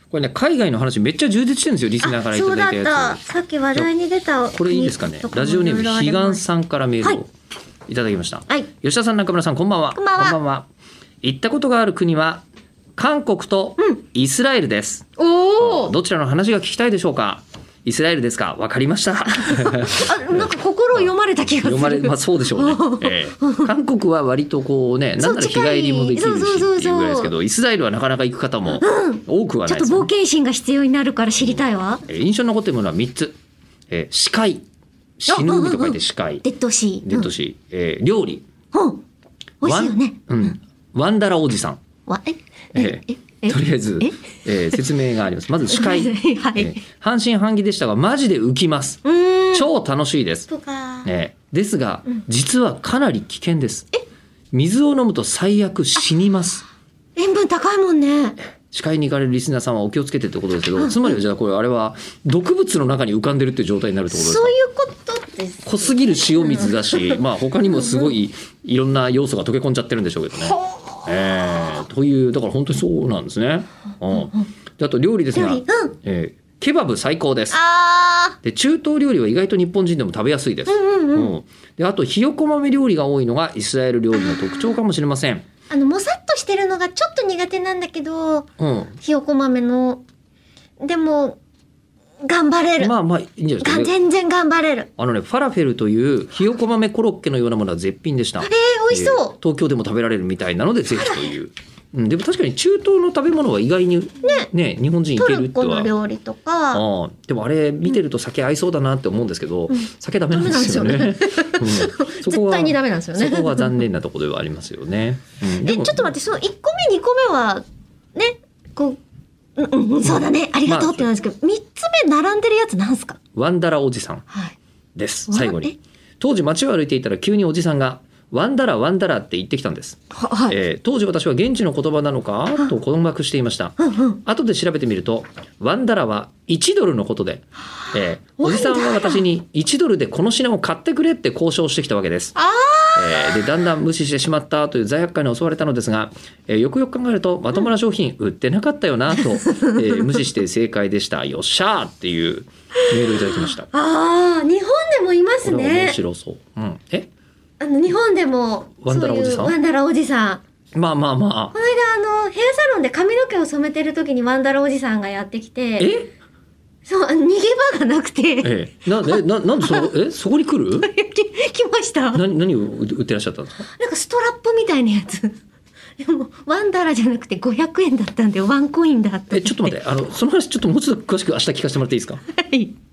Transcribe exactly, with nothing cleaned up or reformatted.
これね海外の話めっちゃ充実してるんですよリスナーからいただいたやつ。 そうだった。さっき話題に出た。 これいいですかね。ラジオネームひがんさんからメールをいただきました、 はい、 吉田さん中村さんこんばんは。 こんばんは。 こんばんは。行ったことがある国は韓国とイスラエルです、 うん、おお。 どちらの話が聞きたいでしょうか。イスラエルですか。わかりましたあ、 なんか心を読まれた気がする。 読まれ、まあ、そうでしょうね、えー、韓国は割とこうねなんなら日帰りもできるしっていうぐらいですけど、イスラエルはなかなか行く方も多くはないです、ね、 ちょっと冒険心が必要になるから知りたいわ、 えー、印象に残っているものはみっつ、えー、死海死ぬ海と書いて死海、 デッドシー、 デッドシー、えー、料理、 うん、美味しいよね、 うん、ワンダラおじさん、 わええーとりあえず、えー、説明があります。まず司会、はい、えー、半信半疑でしたがマジで浮きます。超楽しいです。 とか、 えー、ですが、うん、実はかなり危険です。水を飲むと最悪死にます。 塩分高いもんね。 司会に行かれるリスナーさんはお気をつけてってことですけど、つまりはじゃあこれあれは毒物の中に浮かんでるっていう状態になるってことですか。 そういうことです。 濃すぎる塩水だし、まあ他にもすごいいろんな要素が溶け込んじゃってるんでしょうけどね。えー、というだから本当にそうなんですね、うん、であと料理ですが、うん、えー、ケバブ最高です。 あで中東料理は意外と日本人でも食べやすいです、うんうんうんうん、であとひよこ豆料理が多いのがイスラエル料理の特徴かもしれません。 あのもさっとしてるのがちょっと苦手なんだけど、うん、ひよこ豆のでも頑張れる。 まあまあいいんじゃないですか、ね、 全然頑張れる。 あのねファラフェルというひよこ豆コロッケのようなものは絶品でした。 えー、美味しそう、 えー、東京でも食べられるみたいなのでぜひという、うん、でも確かに中東の食べ物は意外に ね, ね日本人いけるっては。 トルコの料理とか。 あでもあれ見てると酒合いそうだなって思うんですけど、うん、酒ダメなんですよね。うん、そこは絶対にダメなんですよね。そこは残念なところではありますよね。うん、でえちょっと待って、そのいっこめにこめはねこううんうん、そうだねありがとうってなんですけど、まあ、みっつめ並んでるやつなんすか。 ワンダラおじさんです、はい、最後に当時街を歩いていたら急におじさんがワンダラワンダラって言ってきたんです、はい、えー、当時私は現地の言葉なのかと困惑していました、うんうん、後で調べてみるとワンダラはいちドルのことで、えー、おじさんは私にいちドルでこの品を買ってくれって交渉してきたわけです。あえー、でだんだん無視してしまったという罪悪感に襲われたのですが、えー、よくよく考えるとまともな商品売ってなかったよなと、えー、無視して正解でした。よっしゃーっていうメールをいただきました。 あー日本でもいますね。 これ面白そう、うん、えあの日本でもワンダラおじさん、 ワンダラおじさん、 まあまあまあこの間あのヘアサロンで髪の毛を染めてる時にワンダラおじさんがやってきて、 えそう逃げ場がなくて、 ええ、なえななんでそえそこに来るき来ました。 何何を売ってらっしゃったんですか。 なんかストラップみたいなやつでもワンダラじゃなくてごひゃくえんだったんでワンコインだった。 えちょっと待って、あのその話ちょっともうちょっと詳しく明日聞かせてもらっていいですか。 はい。